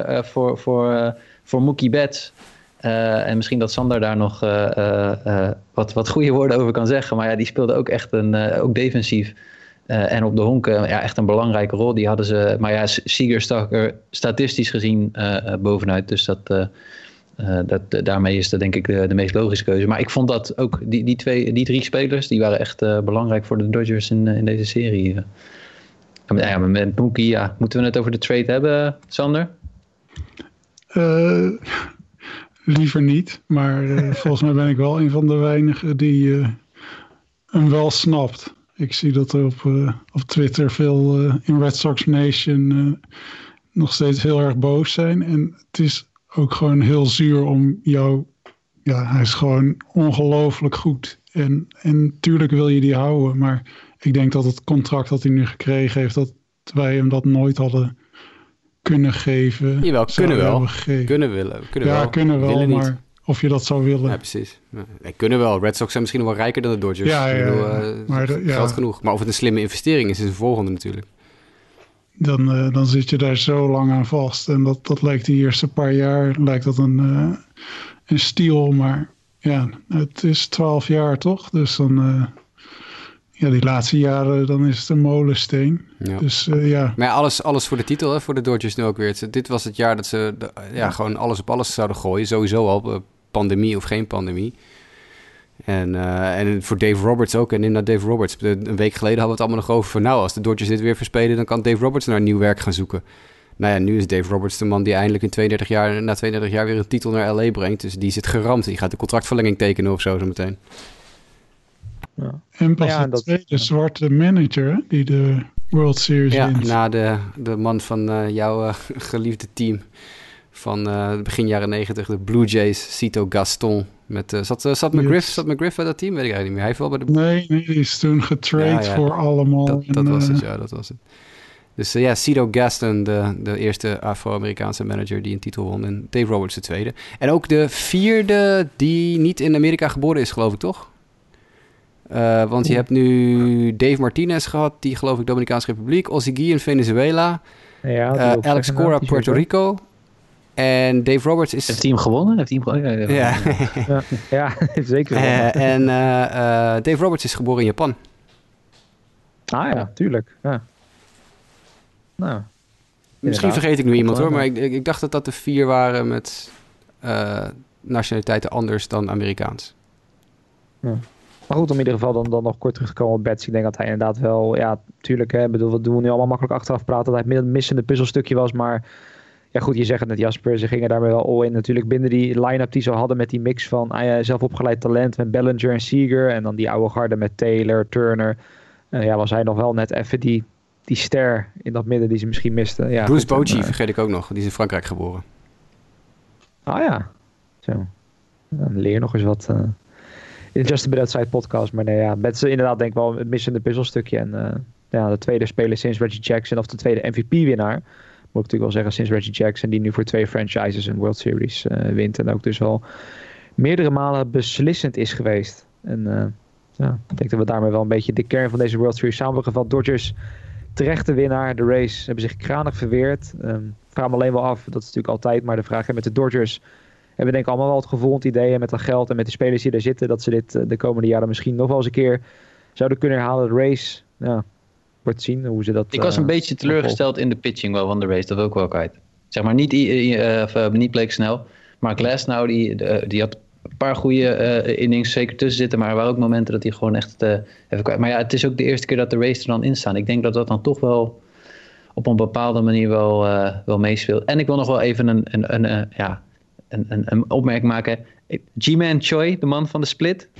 voor Mookie Betts. En misschien dat Sander daar nog wat goede woorden over kan zeggen. Maar ja, die speelde ook echt ook defensief. En op de honken echt een belangrijke rol. Die hadden ze. Maar ja, Seager stak er statistisch gezien bovenuit. Dus daarmee is dat denk ik de meest logische keuze. Maar ik vond dat ook die 3 spelers, die waren echt belangrijk voor de Dodgers in deze serie. Met Mookie, moeten we het over de trade hebben, Sander? Liever niet. Maar volgens mij ben ik wel een van de weinigen die hem wel snapt. Ik zie dat er op Twitter veel in Red Sox Nation nog steeds heel erg boos zijn. En het is ook gewoon heel zuur om jou... Ja, hij is gewoon ongelooflijk goed. En tuurlijk wil je die houden. Maar ik denk dat het contract dat hij nu gekregen heeft, dat wij hem dat nooit hadden kunnen geven. Jawel, kunnen wel. Kunnen wel, willen maar... Niet. Of je dat zou willen. Ja, precies. Nee, kunnen wel. Red Sox zijn misschien nog wel rijker dan de Dodgers. Maar geld genoeg. Maar of het een slimme investering is een volgende natuurlijk. Dan zit je daar zo lang aan vast. En dat lijkt de eerste paar jaar lijkt dat een steal. Maar ja, het is 12 jaar toch? Dus dan... die laatste jaren, dan is het een molensteen. Ja. Dus ja. Maar alles voor de titel, hè, voor de Dodgers nu ook weer. Dit was het jaar dat ze gewoon alles op alles zouden gooien. Sowieso al, pandemie of geen pandemie. En voor Dave Roberts ook. En inderdaad Dave Roberts. Een week geleden hadden we het allemaal nog over van... Nou, als de Dodgers dit weer verspelen, dan kan Dave Roberts naar nieuw werk gaan zoeken. Nou ja, nu is Dave Roberts de man die eindelijk na 32 jaar weer een titel naar LA brengt. Dus die zit geramd. Die gaat de contractverlenging tekenen of zo meteen. Ja. En pas de tweede zwarte manager die de World Series wint. Ja, na de man van jouw geliefde team van begin jaren 90, de Blue Jays, Cito Gaston. Zat McGriff bij dat team? Weet ik eigenlijk niet meer. Hij heeft wel bij de... Nee, die is toen getrade voor allemaal. Dat was het. Dus Cito Gaston, de eerste Afro-Amerikaanse manager die een titel won. En Dave Roberts de tweede. En ook de vierde die niet in Amerika geboren is, geloof ik, toch? Want je hebt nu Dave Martinez gehad, die geloof ik Dominicaanse Republiek. Ozzie in Venezuela. Ja, Alex Cora, Puerto Rico. En Dave Roberts is... Heeft hij hem gewonnen? Ja, zeker. En Dave Roberts is geboren in Japan. Ah ja, tuurlijk. Ja. Nou, misschien vergeet ik nu iemand hoor, maar ik dacht dat de 4 waren met nationaliteiten anders dan Amerikaans. Ja. Maar goed, om in ieder geval dan nog kort terug te komen op Bets. Ik denk dat hij inderdaad wel, ja, natuurlijk, hè, bedoel, wat doen we nu allemaal makkelijk achteraf praten, dat hij het missende puzzelstukje was. Maar ja, goed, je zegt het net, Jasper, ze gingen daarmee wel all in. Natuurlijk binnen die line-up die ze hadden met die mix van zelf opgeleid talent met Bellinger en Seager. En dan die oude garde met Taylor, Turner. Was hij nog wel net even die ster in dat midden die ze misschien misten. Ja, Bruce Bochy vergeet ik ook nog, die is in Frankrijk geboren. Ah ja, zo. Dan leer je nog eens wat in Just a Bit Outside podcast. Maar nee, ja, Bets inderdaad denk ik wel het missende puzzelstukje. En de tweede speler sinds Reggie Jackson, of de tweede MVP-winnaar. Moet ik natuurlijk wel zeggen, sinds Reggie Jackson, die nu voor 2 franchises een World Series wint. En ook dus al meerdere malen beslissend is geweest. En ik denk dat we daarmee wel een beetje de kern van deze World Series samengevat. Dodgers terechte winnaar. De Rays hebben zich kranig verweerd. Vraag me alleen wel af, dat is natuurlijk altijd maar de vraag. Met de Dodgers hebben denk ik allemaal wel het gevoel, het idee met dat geld en met de spelers die er zitten, dat ze dit de komende jaren misschien nog wel eens een keer zouden kunnen herhalen. De Rays, wordt zien hoe ze dat... Ik was een beetje teleurgesteld in de pitching wel van de Rays, dat wil ik wel kwijt. Zeg maar niet Blake Snell, maar Glasnow die had een paar goede innings zeker tussen zitten, maar er waren ook momenten dat hij gewoon echt even kwijt. Maar ja, het is ook de eerste keer dat de Rays er dan in staan. Ik denk dat dat dan toch wel op een bepaalde manier wel meespeelt. En ik wil nog wel even een opmerking maken. G-Man Choi, de man van de split.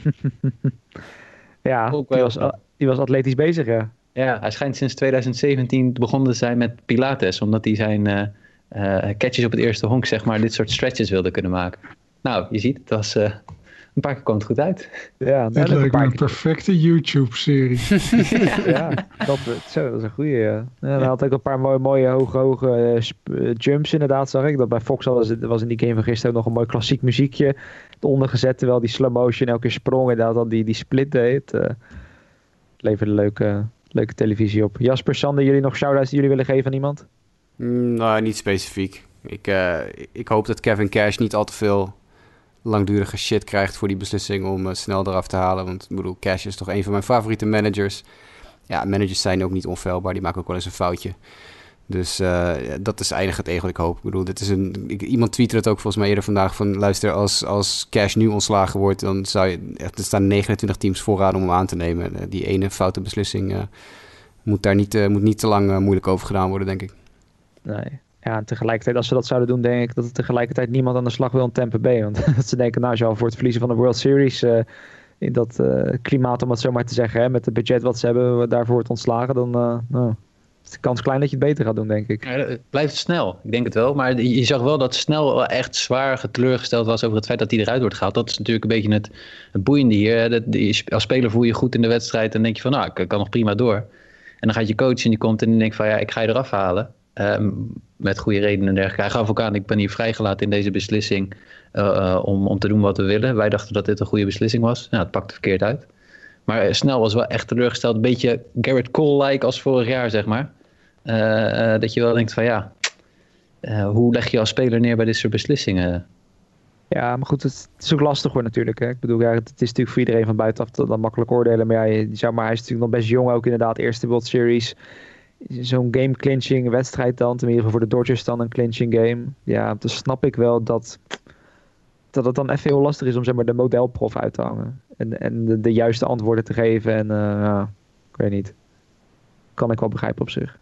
Ja, die was atletisch bezig, ja. Ja, hij schijnt sinds 2017 begonnen te zijn met Pilates, omdat hij zijn catches op het eerste honk, zeg maar, dit soort stretches wilde kunnen maken. Nou, je ziet, het was een paar keer kwam het goed uit. Ja, het lijkt me een perfecte YouTube-serie. dat is een goeie. Ja. Dan had ik een paar mooie hoge jumps inderdaad, zag ik. Dat bij Fox was in die game van gisteren ook nog een mooi klassiek muziekje eronder gezet, terwijl die slow motion elke keer sprong en dan die split deed. Het leverde leuke televisie op. Jasper, Sander, jullie nog shout-outs die jullie willen geven aan iemand? Nou, niet specifiek. Ik hoop dat Kevin Cash niet al te veel langdurige shit krijgt voor die beslissing om snel eraf te halen. Want ik bedoel, Cash is toch een van mijn favoriete managers. Ja, managers zijn ook niet onfeilbaar. Die maken ook wel eens een foutje. Dus dat is eigenlijk het enige wat ik hoop. Ik bedoel, iemand tweette het ook volgens mij eerder vandaag van, luister, als Cash nu ontslagen wordt, dan er staan 29 teams vooraan om hem aan te nemen. Die ene foute beslissing moet niet te lang moeilijk over gedaan worden, denk ik. Nee. Ja, en tegelijkertijd, als ze dat zouden doen, denk ik dat er tegelijkertijd niemand aan de slag wil in Tampa Bay. Want dat ze denken, nou, als je al voor het verliezen van de World Series in dat klimaat, om het zo maar te zeggen, hè, met het budget wat ze hebben, daarvoor wordt ontslagen, dan is de kans klein dat je het beter gaat doen, denk ik. Ja, het blijft snel, ik denk het wel. Maar je zag wel dat Snell echt zwaar teleurgesteld was over het feit dat hij eruit wordt gehaald. Dat is natuurlijk een beetje het boeiende hier. Als speler voel je goed in de wedstrijd en denk je van, nou, ik kan nog prima door. En dan gaat je coach en die komt en die denkt van, ja, ik ga je eraf halen. Met goede redenen en dergelijke. Hij gaf ook aan, ik ben hier vrijgelaten in deze beslissing om te doen wat we willen. Wij dachten dat dit een goede beslissing was. Nou, het pakte verkeerd uit. Maar Snell was wel echt teleurgesteld. Een beetje Garrett Cole-like als vorig jaar, zeg maar. Dat je wel denkt van ja, hoe leg je als speler neer bij dit soort beslissingen? Ja, maar goed, het is ook lastig hoor natuurlijk. Hè? Ik bedoel, ja, het is natuurlijk voor iedereen van buitenaf dan makkelijk oordelen. Maar ja, hij is natuurlijk nog best jong ook inderdaad. Eerste World Series. Zo'n game clinching wedstrijd dan. In ieder geval voor de Dodgers dan een clinching game. Ja, dan snap ik wel dat het dan even heel lastig is om zeg maar de modelprof uit te hangen. En de juiste antwoorden te geven. En ik weet niet. Kan ik wel begrijpen op zich.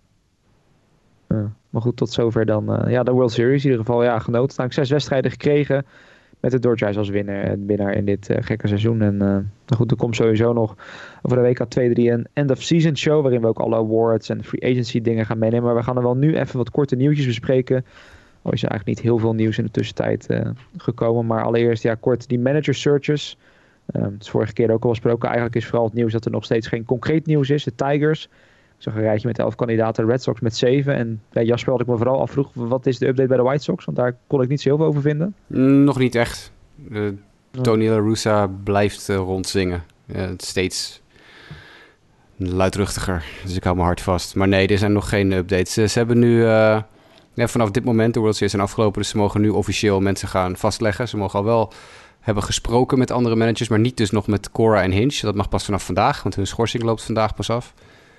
Maar goed, tot zover dan de World Series. In ieder geval genoten. Uiteindelijk 6 wedstrijden gekregen. Met de Dodgers als winnaar in dit gekke seizoen. En goed, er komt sowieso nog over de WK 2-3 een end-of-season show. Waarin we ook alle awards en free agency dingen gaan meenemen. Maar we gaan er wel nu even wat korte nieuwtjes bespreken. Al is er eigenlijk niet heel veel nieuws in de tussentijd gekomen. Maar allereerst kort die manager searches. Het is vorige keer ook al besproken. Eigenlijk is vooral het nieuws dat er nog steeds geen concreet nieuws is. De Tigers. Ik zag een rijtje met 11 kandidaten, Red Sox met 7. En bij Jasper had ik me vooral afvroeg, wat is de update bij de White Sox? Want daar kon ik niet zo heel veel over vinden. Nog niet echt. Tony La Russa blijft rondzingen. Steeds luidruchtiger. Dus ik hou mijn hart vast. Maar nee, er zijn nog geen updates. Ze hebben nu, vanaf dit moment, de World Series zijn afgelopen, dus ze mogen nu officieel mensen gaan vastleggen. Ze mogen al wel hebben gesproken met andere managers, maar niet dus nog met Cora en Hinch. Dat mag pas vanaf vandaag, want hun schorsing loopt vandaag pas af.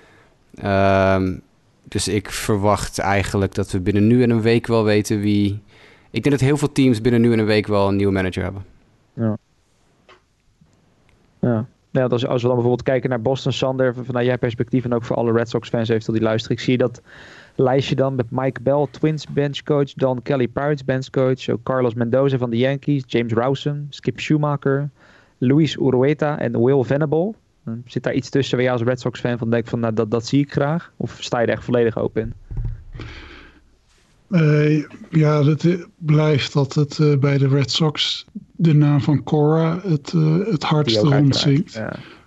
Dus ik verwacht eigenlijk dat we binnen nu en een week wel weten wie. Ik denk dat heel veel teams binnen nu en een week wel een nieuwe manager hebben. Ja. Nou, als we dan bijvoorbeeld kijken naar Boston, Sander, vanuit jouw perspectief en ook voor alle Red Sox fans eventueel die luisteren. Ik zie dat lijstje dan met Mike Bell, Twins benchcoach, Don Kelly, Pirates benchcoach, ook Carlos Mendoza van de Yankees, James Rowson, Skip Schumacher, Luis Urueta en Will Venable. Zit daar iets tussen waar jij als Red Sox fan van denkt van nou, dat zie ik graag? Of sta je er echt volledig open in? Het blijft dat het bij de Red Sox de naam van Cora het hardste rondzinkt.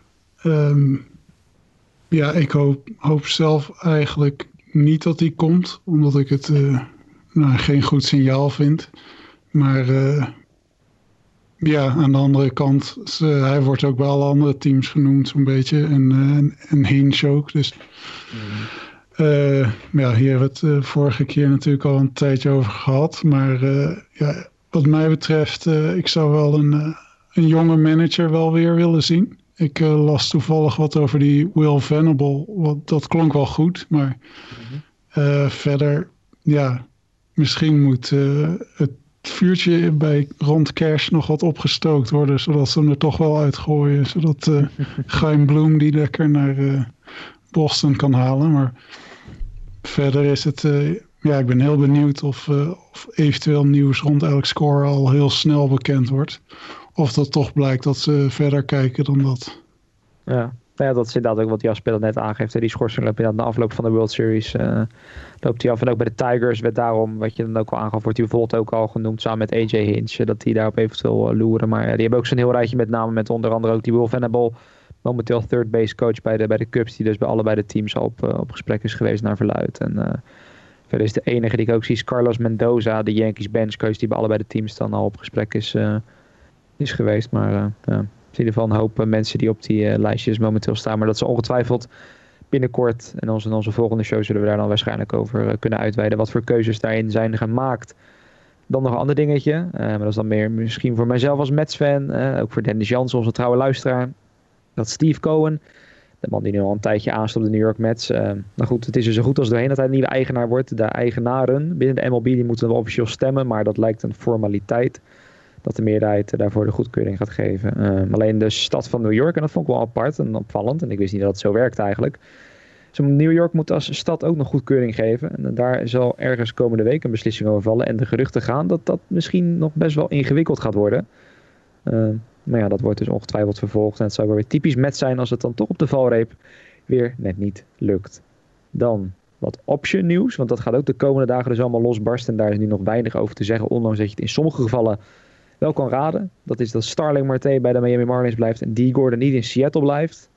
Ik hoop zelf eigenlijk niet dat die komt, omdat ik het geen goed signaal vind. Maar aan de andere kant, hij wordt ook bij alle andere teams genoemd zo'n beetje. En Hinch ook, dus... hier hebben we het vorige keer natuurlijk al een tijdje over gehad. Maar wat mij betreft, ik zou wel een jonge manager wel weer willen zien. Ik las toevallig wat over die Will Venable. Dat klonk wel goed, maar verder, misschien moet het vuurtje rond kerst nog wat opgestookt worden, zodat ze hem er toch wel uitgooien. Zodat Chaim Bloom die lekker naar Boston kan halen, maar... Verder is het, ik ben heel benieuwd of eventueel nieuws rond Alex Cora al heel snel bekend wordt. Of dat toch blijkt dat ze verder kijken dan dat. Ja, dat is inderdaad ook wat Jasper net aangeeft. Die schorsing loopt na afloop van de World Series loopt hij af. En ook bij de Tigers werd daarom, wat je dan ook al aangaf, wordt hij bijvoorbeeld ook al genoemd samen met AJ Hinch. Dat die daarop eventueel loeren. Maar die hebben ook zo'n heel rijtje met name met onder andere ook die Will Venable. Momenteel third base coach bij de Cubs, die dus bij allebei de teams al op gesprek is geweest naar verluid. En verder is de enige die ik ook zie is Carlos Mendoza, de Yankees benchcoach, die bij allebei de teams dan al op gesprek is geweest. Maar in ieder geval een hoop mensen die op die lijstjes momenteel staan. Maar dat ze ongetwijfeld binnenkort, en in onze volgende show zullen we daar dan waarschijnlijk over kunnen uitweiden, wat voor keuzes daarin zijn gemaakt. Dan nog een ander dingetje, maar dat is dan meer misschien voor mijzelf als Mets-fan, ook voor Dennis Jansen, onze trouwe luisteraar. Dat Steve Cohen, de man die nu al een tijdje aanstopt de New York Mets. Nou goed, het is er zo goed als doorheen dat hij een nieuwe eigenaar wordt. De eigenaren binnen de MLB die moeten wel officieel stemmen, maar dat lijkt een formaliteit. Dat de meerderheid daarvoor de goedkeuring gaat geven. Alleen de stad van New York, en dat vond ik wel apart en opvallend. En ik wist niet dat het zo werkt eigenlijk. Dus New York moet als stad ook nog goedkeuring geven. En daar zal ergens komende week een beslissing over vallen. En de geruchten gaan dat dat misschien nog best wel ingewikkeld gaat worden. Maar dat wordt dus ongetwijfeld vervolgd. En het zou wel weer typisch Mets zijn als het dan toch op de valreep weer net niet lukt. Dan wat option nieuws. Want dat gaat ook de komende dagen dus allemaal losbarsten. En daar is nu nog weinig over te zeggen. Ondanks dat je het in sommige gevallen wel kan raden. Dat is dat Starling Marte bij de Miami Marlins blijft. En Dee Gordon niet in Seattle blijft.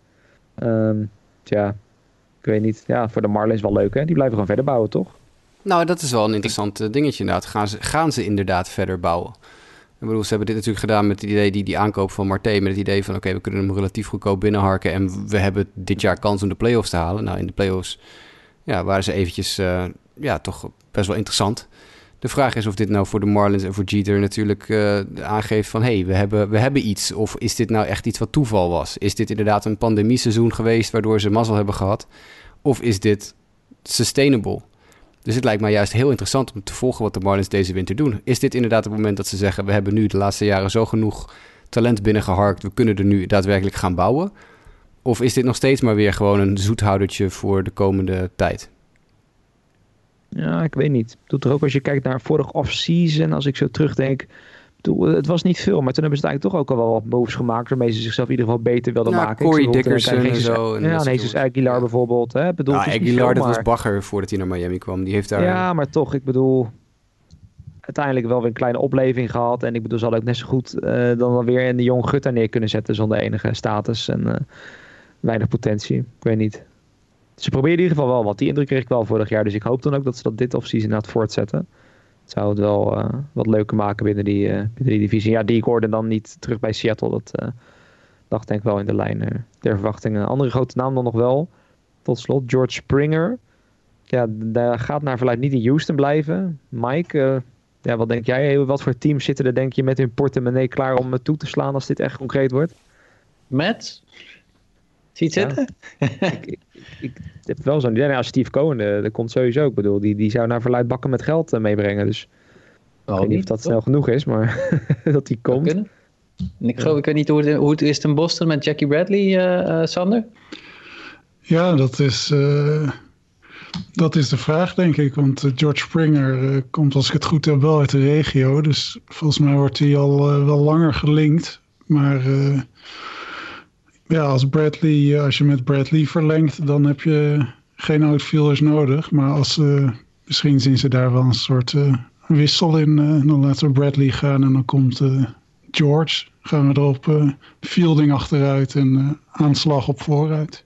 Ik weet niet. Ja, voor de Marlins wel leuk hè. Die blijven gewoon verder bouwen toch? Nou, dat is wel een interessant dingetje inderdaad. Gaan ze inderdaad verder bouwen? Ik bedoel, ze hebben dit natuurlijk gedaan met het idee, die aankoop van Marte, met het idee van oké, we kunnen hem relatief goedkoop binnenharken en we hebben dit jaar kans om de play-offs te halen. Nou, in de play-offs waren ze eventjes toch best wel interessant. De vraag is of dit nou voor de Marlins en voor Jeter natuurlijk aangeeft van we hebben iets. Of is dit nou echt iets wat toeval was? Is dit inderdaad een pandemieseizoen geweest waardoor ze mazzel hebben gehad? Of is dit sustainable? Dus het lijkt mij juist heel interessant om te volgen wat de Marlins deze winter doen. Is dit inderdaad het moment dat ze zeggen, we hebben nu de laatste jaren zo genoeg talent binnengeharkt, we kunnen er nu daadwerkelijk gaan bouwen? Of is dit nog steeds maar weer gewoon een zoethoudertje voor de komende tijd? Ja, ik weet niet. Doet er ook als je kijkt naar vorig off-season, als ik zo terugdenk. Het was niet veel, maar toen hebben ze het eigenlijk toch ook al wel wat moves gemaakt waarmee ze zichzelf in ieder geval beter wilden maken. Corey Dickerson en zo. En Jesus Aguilar bijvoorbeeld. Hè? Aguilar, dat was bagger voordat hij naar Miami kwam. Die heeft daar... Ja, maar toch, ik bedoel, uiteindelijk wel weer een kleine opleving gehad. En ik bedoel, ze hadden ook net zo goed dan wel weer een jong gut daar neer kunnen zetten zonder enige status en weinig potentie. Ik weet niet. Ze probeerden in ieder geval wel wat. Die indruk kreeg ik wel vorig jaar. Dus ik hoop dan ook dat ze dat dit offseason inderdaad voortzetten. Het zou het wel wat leuker maken binnen die divisie. Ja, die Gordon dan niet terug bij Seattle. Dat dacht denk ik wel in de lijn der verwachtingen. Andere grote naam dan nog wel. Tot slot, George Springer. Ja, daar gaat naar verluidt niet in Houston blijven. Mike, wat denk jij? Wat voor teams zitten er denk je met hun portemonnee klaar om toe te slaan als dit echt concreet wordt? Mets? Zie je het zitten? Ik heb wel zo'n idee. Nou, Steve Cohen, dat komt sowieso. Ik bedoel, die zou naar verluidt bakken met geld meebrengen. Dus ik weet niet of dat snel genoeg is, maar dat die komt. En ik weet niet hoe het is in Boston met Jackie Bradley, Sander? Ja, dat is de vraag, denk ik. Want George Springer komt, als ik het goed heb, wel uit de regio. Dus volgens mij wordt hij al wel langer gelinkt. Maar als je met Bradley verlengt, dan heb je geen outfielders nodig. Maar misschien zien ze daar wel een soort wissel in. Dan laten we Bradley gaan en dan komt George. Gaan we erop fielding achteruit en aanslag op vooruit.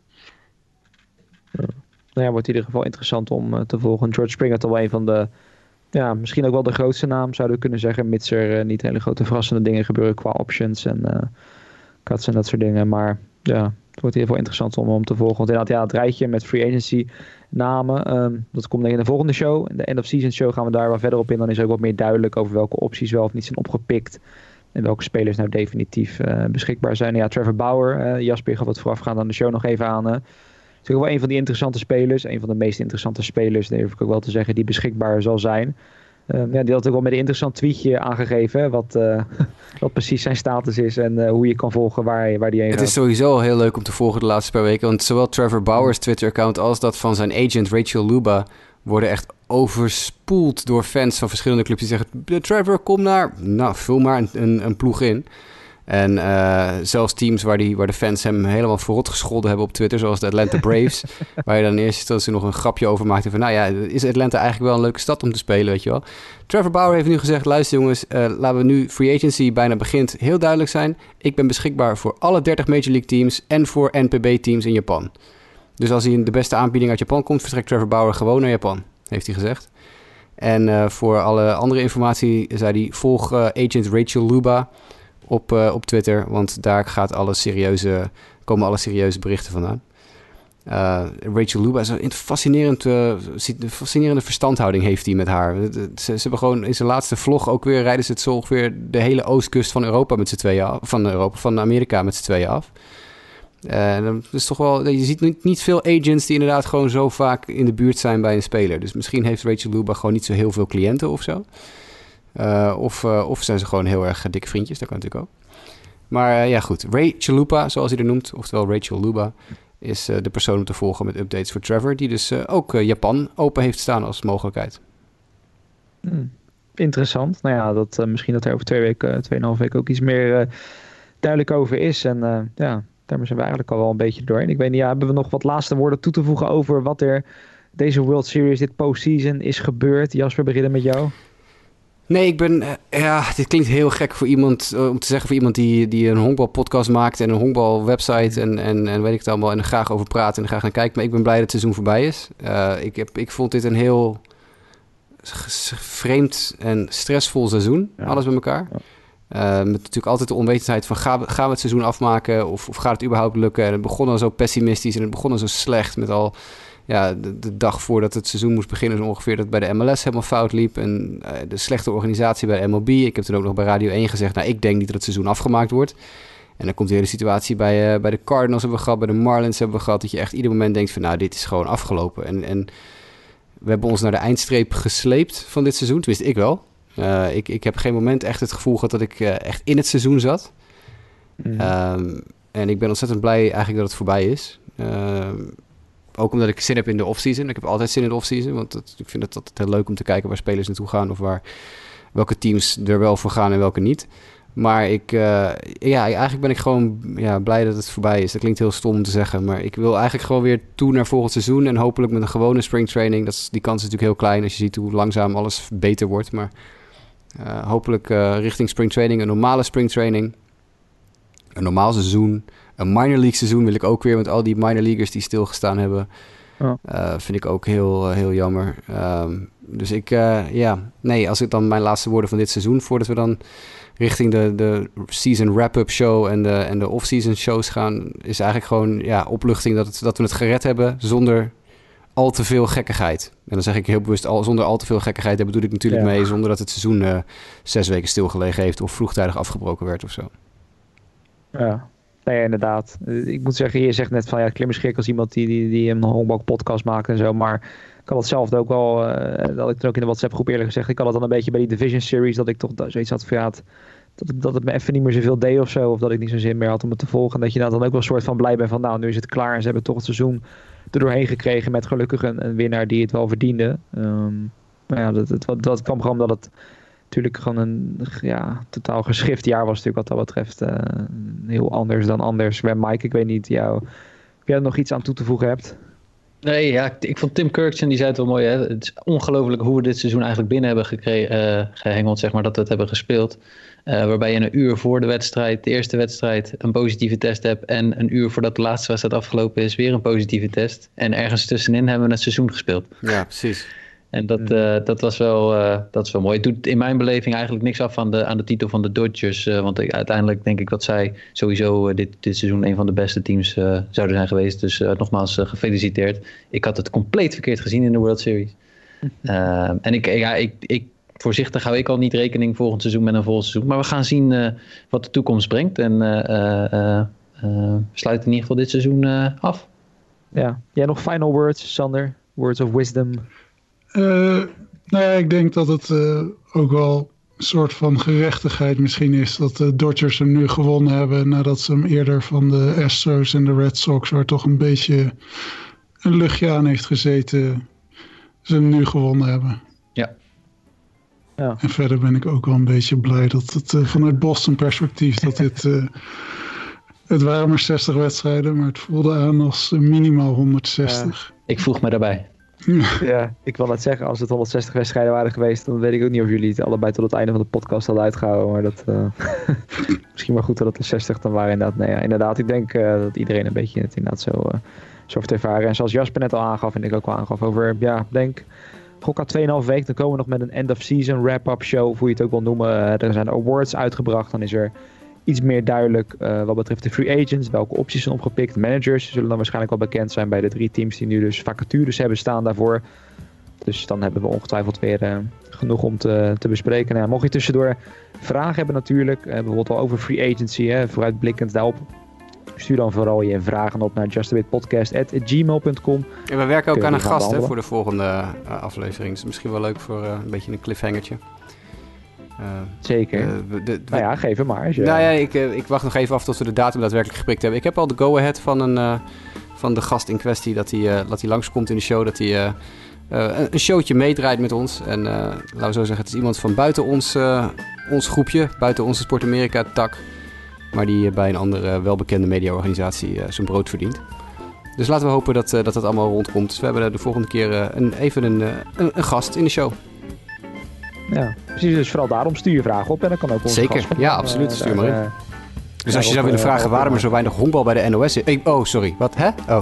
Nou ja, wordt in ieder geval interessant om te volgen. George Springer is al een van de, misschien ook wel de grootste naam, zouden we kunnen zeggen. Mits er niet hele grote verrassende dingen gebeuren qua options en cuts en dat soort dingen. Maar ja, het wordt in ieder geval interessant om te volgen. Want inderdaad, het rijtje met free agency namen, dat komt denk ik in de volgende show. In de end of season show gaan we daar wel verder op in. Dan is er ook wat meer duidelijk over welke opties wel of niet zijn opgepikt. En welke spelers nou definitief beschikbaar zijn. Ja, Trevor Bauer, Jasper gaf het voorafgaand aan de show nog even aan. Is ook wel een van die interessante spelers. Een van de meest interessante spelers, durf ik ook wel te zeggen, die beschikbaar zal zijn. Die had ook wel met een interessant tweetje aangegeven. Wat precies zijn status is en hoe je kan volgen waar die heen gaat. Het is sowieso heel leuk om te volgen de laatste paar weken. Want zowel Trevor Bauer's Twitter-account als dat van zijn agent Rachel Luba worden echt overspoeld door fans van verschillende clubs die zeggen: Trevor, kom naar. Nou, vul maar een ploeg in. En zelfs teams waar de fans hem helemaal verrot gescholden hebben op Twitter, zoals de Atlanta Braves, waar je dan in eerste instantie nog een grapje over maakte van, is Atlanta eigenlijk wel een leuke stad om te spelen, weet je wel. Trevor Bauer heeft nu gezegd: luister jongens, laten we nu free agency bijna begint heel duidelijk zijn. Ik ben beschikbaar voor alle 30 Major League teams en voor NPB teams in Japan. Dus als hij in de beste aanbieding uit Japan komt, vertrekt Trevor Bauer gewoon naar Japan, heeft hij gezegd. En voor alle andere informatie zei hij: volg agent Rachel Luba op Twitter, want daar komen alle serieuze berichten vandaan. Rachel Luba is een fascinerende verstandhouding heeft hij met haar. Ze hebben gewoon in zijn laatste vlog ook weer, rijden ze het zo ongeveer de hele oostkust van Europa met z'n tweeën af, van Amerika met z'n tweeën af. Dat is toch wel, je ziet niet veel agents die inderdaad gewoon zo vaak in de buurt zijn bij een speler. Dus misschien heeft Rachel Luba gewoon niet zo heel veel cliënten of zo. Of zijn ze gewoon heel erg dikke vriendjes, dat kan natuurlijk ook. Maar goed, Ray Chalupa, zoals hij er noemt, oftewel Rachel Luba, is de persoon om te volgen met updates voor Trevor, die dus ook Japan open heeft staan als mogelijkheid. Interessant. Nou ja, misschien dat er over 2,5 weken ook iets meer duidelijk over is. En daarmee zijn we eigenlijk al wel een beetje doorheen. Ik weet niet, hebben we nog wat laatste woorden toe te voegen over wat er deze World Series, dit postseason is gebeurd? Jasper, beginnen met jou. Nee, dit klinkt heel gek voor iemand, om te zeggen voor iemand die een honkbalpodcast maakt en een honkbalwebsite en weet ik het allemaal en er graag over praat en er graag naar kijkt. Maar ik ben blij dat het seizoen voorbij is. Ik vond dit een heel vreemd en stressvol seizoen, alles bij elkaar. Met natuurlijk altijd de onwetendheid van gaan we het seizoen afmaken of gaat het überhaupt lukken? En het begon al zo pessimistisch en het begon al zo slecht met al... Ja, de dag voordat het seizoen moest beginnen is ongeveer dat bij de MLS helemaal fout liep. En de slechte organisatie bij de MLB. Ik heb toen ook nog bij Radio 1 gezegd, ik denk niet dat het seizoen afgemaakt wordt. En dan komt de hele situatie bij de Cardinals hebben we gehad, bij de Marlins hebben we gehad. Dat je echt ieder moment denkt van, dit is gewoon afgelopen. En we hebben ons naar de eindstreep gesleept van dit seizoen. Tenminste, ik wel. Ik heb geen moment echt het gevoel gehad dat ik echt in het seizoen zat. En ik ben ontzettend blij eigenlijk dat het voorbij is. Ook omdat ik zin heb in de offseason. Ik heb altijd zin in de offseason. Want ik vind het altijd heel leuk om te kijken waar spelers naartoe gaan. Of welke teams er wel voor gaan en welke niet. Maar eigenlijk ben ik gewoon blij dat het voorbij is. Dat klinkt heel stom om te zeggen. Maar ik wil eigenlijk gewoon weer toe naar volgend seizoen. En hopelijk met een gewone springtraining. Die kans is natuurlijk heel klein als je ziet hoe langzaam alles beter wordt. Maar hopelijk richting springtraining. Een normale springtraining. Een normaal seizoen. Een minor league seizoen wil ik ook weer. Want al die minor leaguers die stilgestaan hebben... vind ik ook heel, heel jammer. Dus als ik dan mijn laatste woorden van dit seizoen... voordat we dan richting de season wrap-up show... en de off-season shows gaan... is eigenlijk gewoon opluchting dat we het gered hebben... zonder al te veel gekkigheid. En dan zeg ik heel bewust zonder al te veel gekkigheid... daar bedoel ik natuurlijk mee... zonder dat het seizoen 6 weken stilgelegen heeft... of vroegtijdig afgebroken werd of zo. Ja. Nee, inderdaad. Ik moet zeggen, je zegt net van Klimmerschrik als iemand die een honkbalpodcast maakt en zo, maar ik had hetzelfde ook wel, dat ik het ook in de WhatsApp groep eerlijk gezegd, ik had het dan een beetje bij die Division Series, dat ik toch zoiets had van dat het me even niet meer zoveel deed of zo. Of dat ik niet zo'n zin meer had om het te volgen. En dat je dan ook wel een soort van blij bent van, nou, nu is het klaar. En ze hebben toch het seizoen er doorheen gekregen met gelukkig een winnaar die het wel verdiende. Maar ja, dat kwam gewoon omdat het natuurlijk gewoon een totaal geschift jaar was natuurlijk wat dat betreft. Heel anders dan anders. Mike, ik weet niet of jij er nog iets aan toe te voegen hebt. Nee, ja, ik vond Tim Kurkson, die zei het wel mooi. Hè? Het is ongelooflijk hoe we dit seizoen eigenlijk binnen hebben gehengeld, zeg maar, dat we het hebben gespeeld. Waarbij je een uur voor de eerste wedstrijd, een positieve test hebt. En een uur voordat de laatste wedstrijd afgelopen is, weer een positieve test. En ergens tussenin hebben we het seizoen gespeeld. Ja, precies. En dat was wel mooi. Het doet in mijn beleving eigenlijk niks af aan de titel van de Dodgers. Want uiteindelijk denk ik dat zij sowieso dit seizoen een van de beste teams zouden zijn geweest. Dus nogmaals gefeliciteerd. Ik had het compleet verkeerd gezien in de World Series. En ik voorzichtig hou ik al niet rekening volgend seizoen met een vol seizoen. Maar we gaan zien wat de toekomst brengt. En sluiten in ieder geval dit seizoen af. Ja. Jij nog final words, Sander? Words of wisdom? Nou ja, ik denk dat het ook wel een soort van gerechtigheid misschien is dat de Dodgers hem nu gewonnen hebben nadat ze hem eerder van de Astros en de Red Sox, waar toch een beetje een luchtje aan heeft gezeten, ze hem nu gewonnen hebben. Ja. En verder ben ik ook wel een beetje blij dat het vanuit Boston perspectief dat dit het waren maar 60 wedstrijden, maar het voelde aan als minimaal 160. Ik voeg me daarbij. Ja, ik wil net zeggen, als het 160 wedstrijden waren geweest, dan weet ik ook niet of jullie het allebei tot het einde van de podcast hadden uitgehouden. Maar dat misschien maar goed dat het er 60 dan waren. Inderdaad, nee, ja, inderdaad, ik denk dat iedereen een beetje het inderdaad zo heeft ervaren. En zoals Jasper net al aangaf en ik ook al aangaf over, denk gok 2,5 week, dan komen we nog met een end-of-season wrap-up show, of hoe je het ook wil noemen. Er zijn awards uitgebracht, dan is er iets meer duidelijk wat betreft de free agents, welke opties zijn opgepikt. Managers zullen dan waarschijnlijk wel bekend zijn bij de 3 teams die nu dus vacatures hebben staan daarvoor. Dus dan hebben we ongetwijfeld weer genoeg om te bespreken. Nou, mocht je tussendoor vragen hebben natuurlijk, bijvoorbeeld al over free agency, vooruitblikkend daarop, stuur dan vooral je vragen op naar justabitpodcast@gmail.com. En we werken ook aan een gast voor de volgende aflevering. Dus misschien wel leuk voor een beetje een cliffhangertje. Zeker. Geef hem maar. Ik wacht nog even af tot we de datum daadwerkelijk geprikt hebben. Ik heb al de go-ahead van de gast in kwestie dat hij langskomt in de show. Dat hij een showtje meedraait met ons. En laten we zo zeggen, het is iemand van buiten ons groepje, buiten onze Sport Amerika tak. Maar die bij een andere welbekende mediaorganisatie zijn brood verdient. Dus laten we hopen dat het allemaal rondkomt. Dus we hebben de volgende keer even een gast in de show. Ja, precies. Dus vooral daarom stuur je vragen op en dan kan ook onze Zeker, gast ja, absoluut. Stuur maar in. Dus als je zou willen vragen waarom er zo weinig honkbal bij de NOS is... Oh, sorry. Wat? Hè? Oh.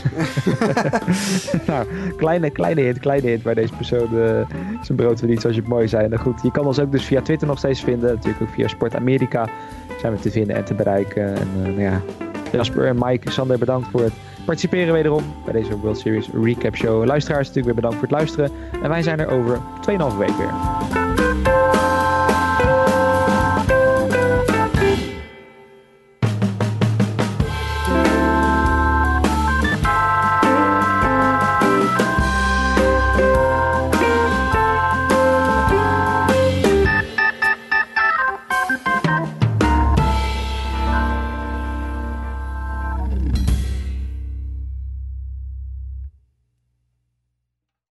Nou, kleine hint waar deze persoon zijn brood verdient, zoals je het mooi zei. Nou goed, je kan ons ook dus via Twitter nog steeds vinden. Natuurlijk ook via Sport Amerika zijn we te vinden en te bereiken. En Jasper en Mike, Sander, bedankt voor het participeren wederom bij deze World Series Recap Show. Luisteraars natuurlijk weer bedankt voor het luisteren. En wij zijn er over 2,5 week weer.